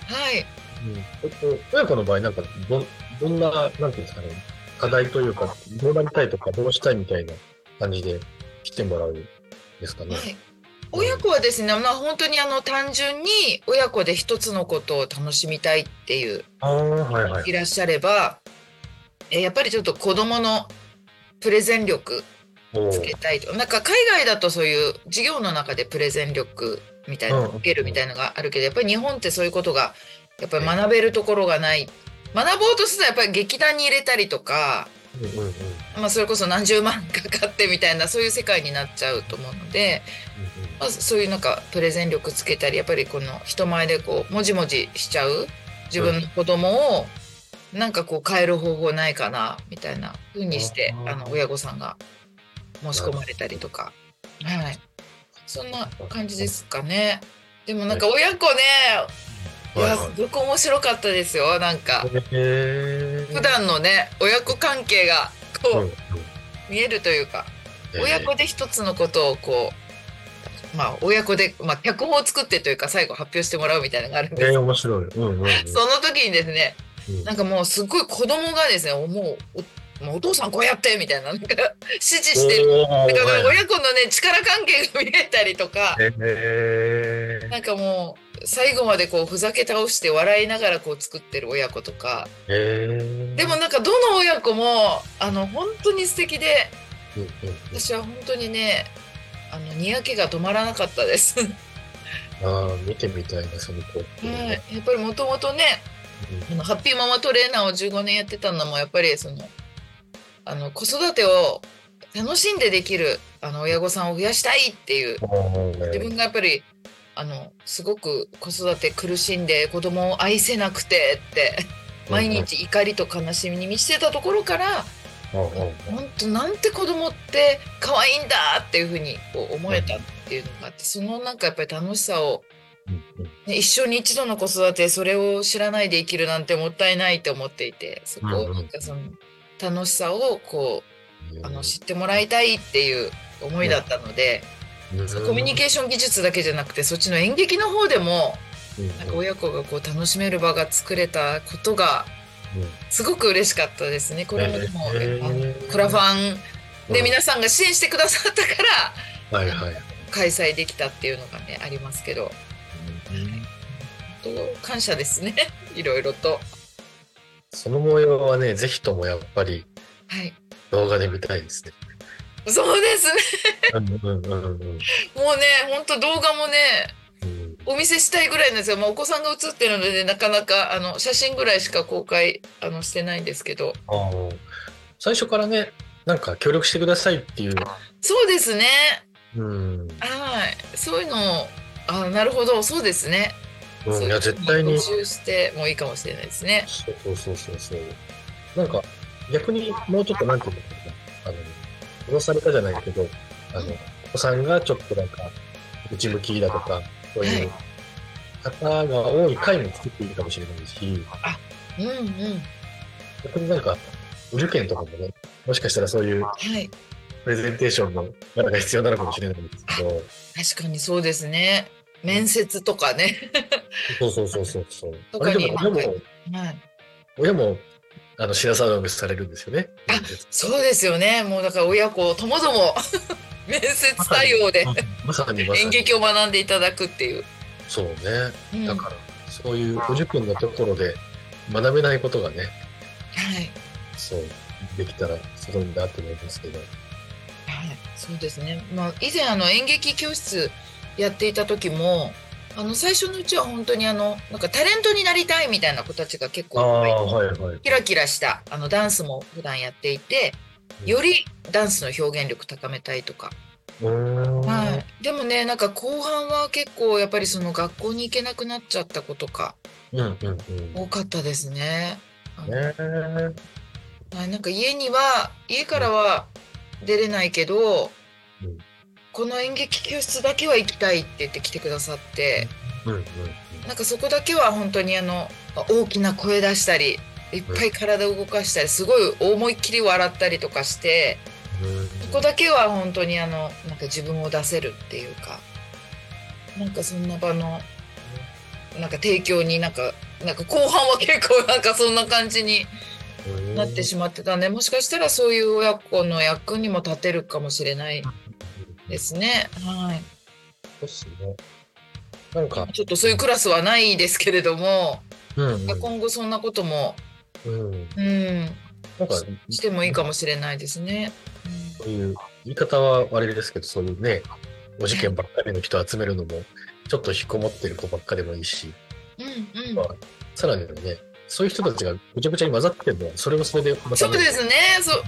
親子の場合なんかどんななんていうんですかね、課題というかどうなりたいとかどうしたいみたいな感じで来てもらうんですかね。はい。 親子はですね、本当に単純に親子で一つのことを楽しみたいっていういらっしゃれば、やっぱりちょっと子供のプレゼン力つけたいと。なんか海外だとそういう授業の中でプレゼン力みたいな受けるみたいなのがあるけど、やっぱり日本ってそういうことがやっぱり学べるところがない。学ぼうとするとやっぱり劇団に入れたりとか、それこそ何十万かかってみたいなそういう世界になっちゃうと思うので、そういうなんかプレゼン力つけたり、やっぱりこの人前でこうもじもじしちゃう自分の子供をなんかこう変える方法ないかなみたいな風にして親御さんが申し込まれたりとか、はい、そんな感じですかね。でもなんか親子ね、いやすごく面白かったですよ。なんかやっ普段のね親子関係がこう、 うんうん見えるというか、親子で一つのことをこうまあ親子で、まあ、脚本を作ってというか最後発表してもらうみたいなのがあるんです、 面白い。うんうんうん。 その時にですねうんなんかもうすごい子供がですねもうお父さんこうやってみたいななんか指示してる。だから親子のね力関係が見えたりとか、なんかもう最後までこうふざけ倒して笑いながらこう作ってる親子とか、でもなんかどの親子も本当に素敵で、私は本当にねにやけが止まらなかったです。 見てみたいなその子。 はい、やっぱりもともとねハッピーママトレーナーを15年やってたのもやっぱりその子育てを楽しんでできる親御さんを増やしたいっていう、自分がやっぱりすごく子育て苦しんで子供を愛せなくてって毎日怒りと悲しみに満ちてたところから本当なんて子供って可愛いんだっていうふうにこう思えたっていうのがあって、そのなんかやっぱり楽しさを、ね、一生に一度の子育てそれを知らないで生きるなんてもったいないと思っていて、そこをなんかその楽しさをこう知ってもらいたいっていう思いだったので、コミュニケーション技術だけじゃなくてそっちの演劇の方でもなんか親子がこう楽しめる場が作れたことがすごく嬉しかったですね。これもでもクラファンで皆さんが支援してくださったから開催できたっていうのがねありますけど、感謝ですね。いろいろとその模様はねぜひともやっぱり動画で見たいですね。 そうですね。もうね本当動画もねお見せしたいぐらいなんですよ。お子さんが写ってるのでなかなか写真ぐらいしか公開してないんですけど、 最初からねなんか協力してくださいっていう。 そうですね。 はいそういうのをなるほどそうですね。 いや絶対に募集してもいいかもしれないですね。 そうなんか逆にもうちょっとなんていうのかな殺されたじゃないけどお子さんがちょっとなんか内向きだとかそういう方が多い回も作っていいかもしれないし、逆になんか受験とかもねもしかしたらそういうプレゼンテーションの柄が必要なのかもしれないんですけど、 確かにそうですね。面接とかね。 そうでも親も品定めされるんですよね。 そうですよね。もうだから親子ともども面接対応でまさに演劇を学んでいただくっていう。 そうね。だからそういうお受験のところで学べないことがね、そうできたらすごいんだと思いますけど。 そうですね。以前演劇教室やっていた時も最初のうちは本当になんかタレントになりたいみたいな子たちが結構キラキラしたダンスも普段やっていて、よりダンスの表現力高めたいとか。でもねなんか後半は結構やっぱりその学校に行けなくなっちゃった子とか多かったですね。なんか家からは出れないけど、この演劇教室だけは行きたいって言って来てくださって、なんかそこだけは本当に大きな声出したりいっぱい体を動かしたりすごい思いっきり笑ったりとかして、そこだけは本当になんか自分を出せるっていうか、なんかそんな場のなんか提供になんか後半は結構なんかそんな感じになってしまってたんで、もしかしたらそういう親子の役にも立てるかもしれないですね。 そうですね。なんかちょっとそういうクラスはないですけれども、今後そんなこともなんかしてもいいかもしれないですね。 そういう言い方はあれですけど、そういうねお受験ばっかりの人を集めるのもちょっと引きこもってる子ばっかでもいいし、さらにねそういう人たちがぐちゃぐちゃに混ざってるのはそれもそれでまた、 そうですね。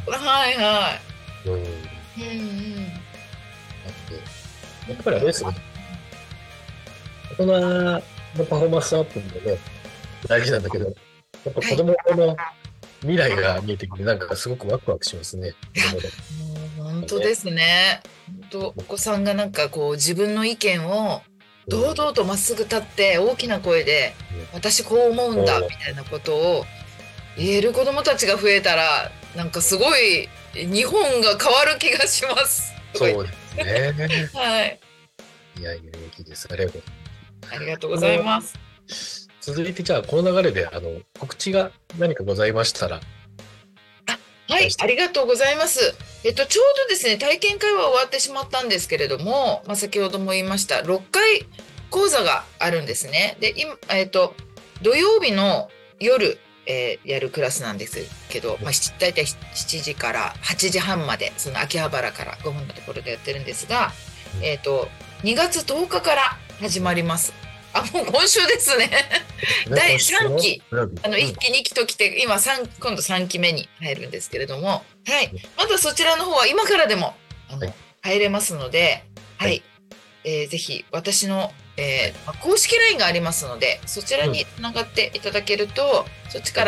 やっぱりあれですね。大人のパフォーマンスアップもね大事なんだけど、やっぱ子供の未来が見えてきてなんかすごくワクワクしますね。 本当ですね。お子さんがなんかこう自分の意見を堂々とまっすぐ立って大きな声で私こう思うんだみたいなことを言える子どもたちが増えたらなんかすごい日本が変わる気がします。 そうですね。 はい。 いやいや、大きいです。ありがとう。 ありがとうございます。 続いて、じゃあ、この流れで、告知が何かございましたら。 はい、ありがとうございます。ちょうどですね、体験会は終わってしまったんですけれども、先ほども言いました、6回講座があるんですね。で、今、土曜日の夜、やるクラスなんですけど、大体7時から8時半まで、その秋葉原から5分のところでやってるんですが、2月10日から始まります。もう今週ですね。第3期。1期、2期と来て、今度3期目に入るんですけれども、はい。まだそちらの方は今からでも、入れますので、はい。ぜひ、私の、公式 LINE がありますので、そちらにつながっていただけると、そっちから、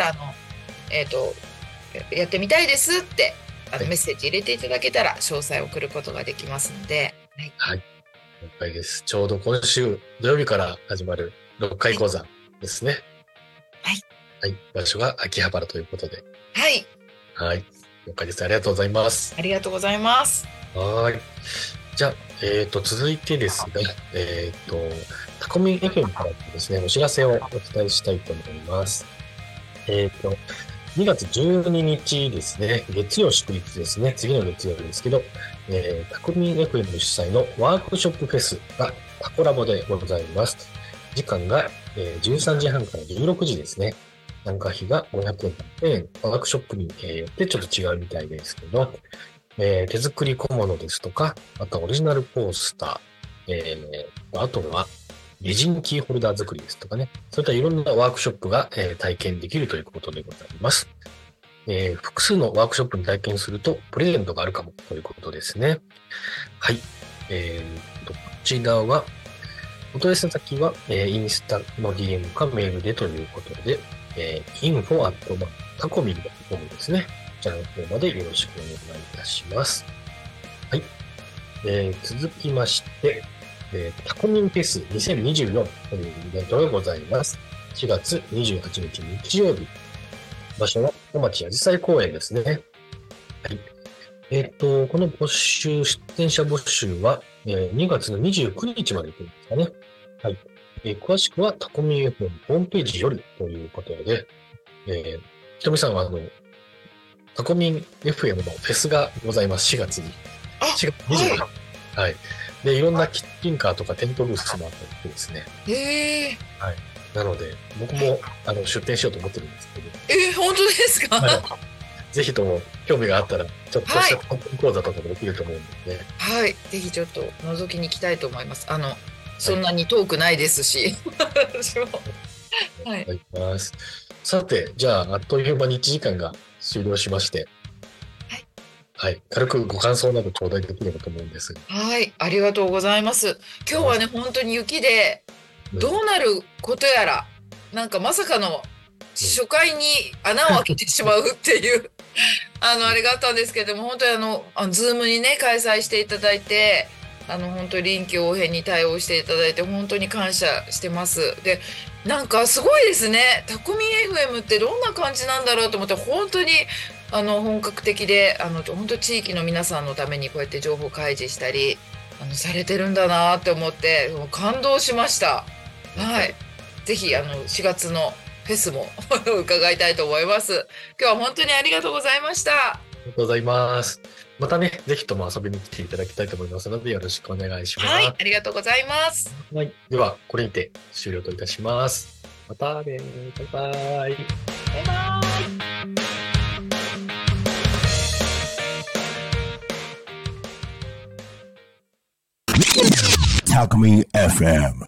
やってみたいですって、メッセージ入れていただけたら、詳細を送ることができますので、 はい。了解です。ちょうど今週土曜日から始まる6回講座ですね。 はい。 はい。場所が秋葉原ということで。 はい。 はい。了解です。ありがとうございます。 ありがとうございます。 はい。じゃあ、続いてですが、タコミン FM からですね、お知らせをお伝えしたいと思います。2月12日ですね、月曜祝日ですね、次の月曜日ですけど、タコミン FM 主催のワークショップフェスがタコラボでございます。時間が、13時半から16時ですね。参加費が500円。ワークショップによってちょっと違うみたいですけど、手作り小物ですとか、あとはオリジナルポスター、あとはレジンキーホルダー作りですとかね、そういったいろんなワークショップが、体験できるということでございます。複数のワークショップに体験するとプレゼントがあるかもということですね。はい。こちらは、お問い合わせ先は、インスタの DM かメールでということで、info@tacomin.com ですね。こちらの方までよろしくお願いいたします。はい。続きまして、タコミンフェス2024というイベントがございます。4月28日日曜日。場所は小町あじさい公園ですね。はい。この出展者募集は、2月の29日までというんですかね。はい。詳しくはタコミン FM ホームページよりということで、ひとみさんはタコミン FM のフェスがございます。4月に。4月25日。はい。で、いろんなキッチンカーとかテントブースもあってですね。はい。なので、僕も出店しようと思ってるんですけど。 本当ですか？ はい、ぜひとも興味があったら、ちょっとした講座とかもできると思うんでね。 はい。ぜひちょっと覗きに行きたいと思います。そんなに遠くないですし。私も。 はい。さて、じゃあ、あっという間に1時間が終了しまして。はい。軽くご感想など頂戴できればと思うんですが。 はい。ありがとうございます。今日はね、本当に雪で、どうなることやら、なんかまさかの初回に穴を開けてしまうっていう、あれがあったんですけども、本当にズームにね、開催していただいて、本当に臨機応変に対応していただいて、本当に感謝してます。で、なんかすごいですね。タコミン FM ってどんな感じなんだろうと思って、本当に本格的で、本当地域の皆さんのためにこうやって情報開示したり、されてるんだなって思って、もう感動しました。はい。ぜひ、4月のフェスも伺いたいと思います。今日は本当にありがとうございました。 ありがとうございます。またね、ぜひとも遊びに来ていただきたいと思いますので、よろしくお願いします。 はい、ありがとうございます。 はい。では、これにて終了といたします。またね。バイバイ。 バイバイ。 Talk Me FM